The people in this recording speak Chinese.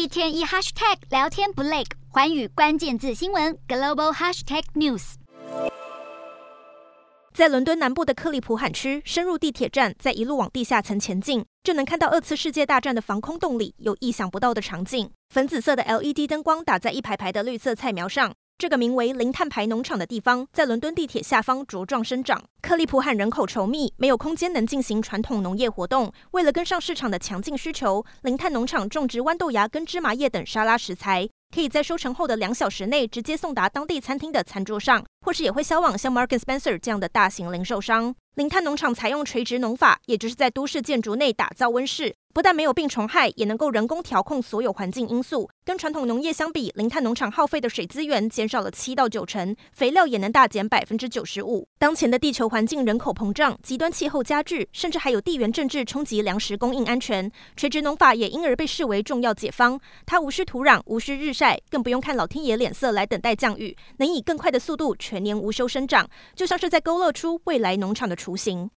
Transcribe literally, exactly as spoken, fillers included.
一天一 hashtag 聊天不累，寰宇关键字新闻 global hashtag news。 在伦敦南部的克利普罕区，深入地铁站，再一路往地下层前进，就能看到二次世界大战的防空洞里有意想不到的场景。粉紫色的 L E D 灯光打在一排排的绿色菜苗上。这个名为零碳排农场的地方，在伦敦地铁下方茁壮生长。克利普罕人口稠密，没有空间能进行传统农业活动。为了跟上市场的强劲需求，零碳农场种植豌豆芽跟芝麻叶等沙拉食材，可以在收成后的两小时内直接送达当地餐厅的餐桌上，或是也会销往像 Marks and Spencer 这样的大型零售商。零碳农场采用垂直农法，也就是在都市建筑内打造温室，不但没有病虫害，也能够人工调控所有环境因素。跟传统农业相比，零碳农场耗费的水资源减少了七到九成，肥料也能大减百分之九十五。当前的地球环境人口膨胀、极端气候加剧，甚至还有地缘政治冲击粮食供应安全，垂直农法也因而被视为重要解方。它无需土壤，无需日晒，更不用看老天爷脸色来等待降雨，能以更快的速度全年无休生长，就像是在勾勒出未来农场的雏形。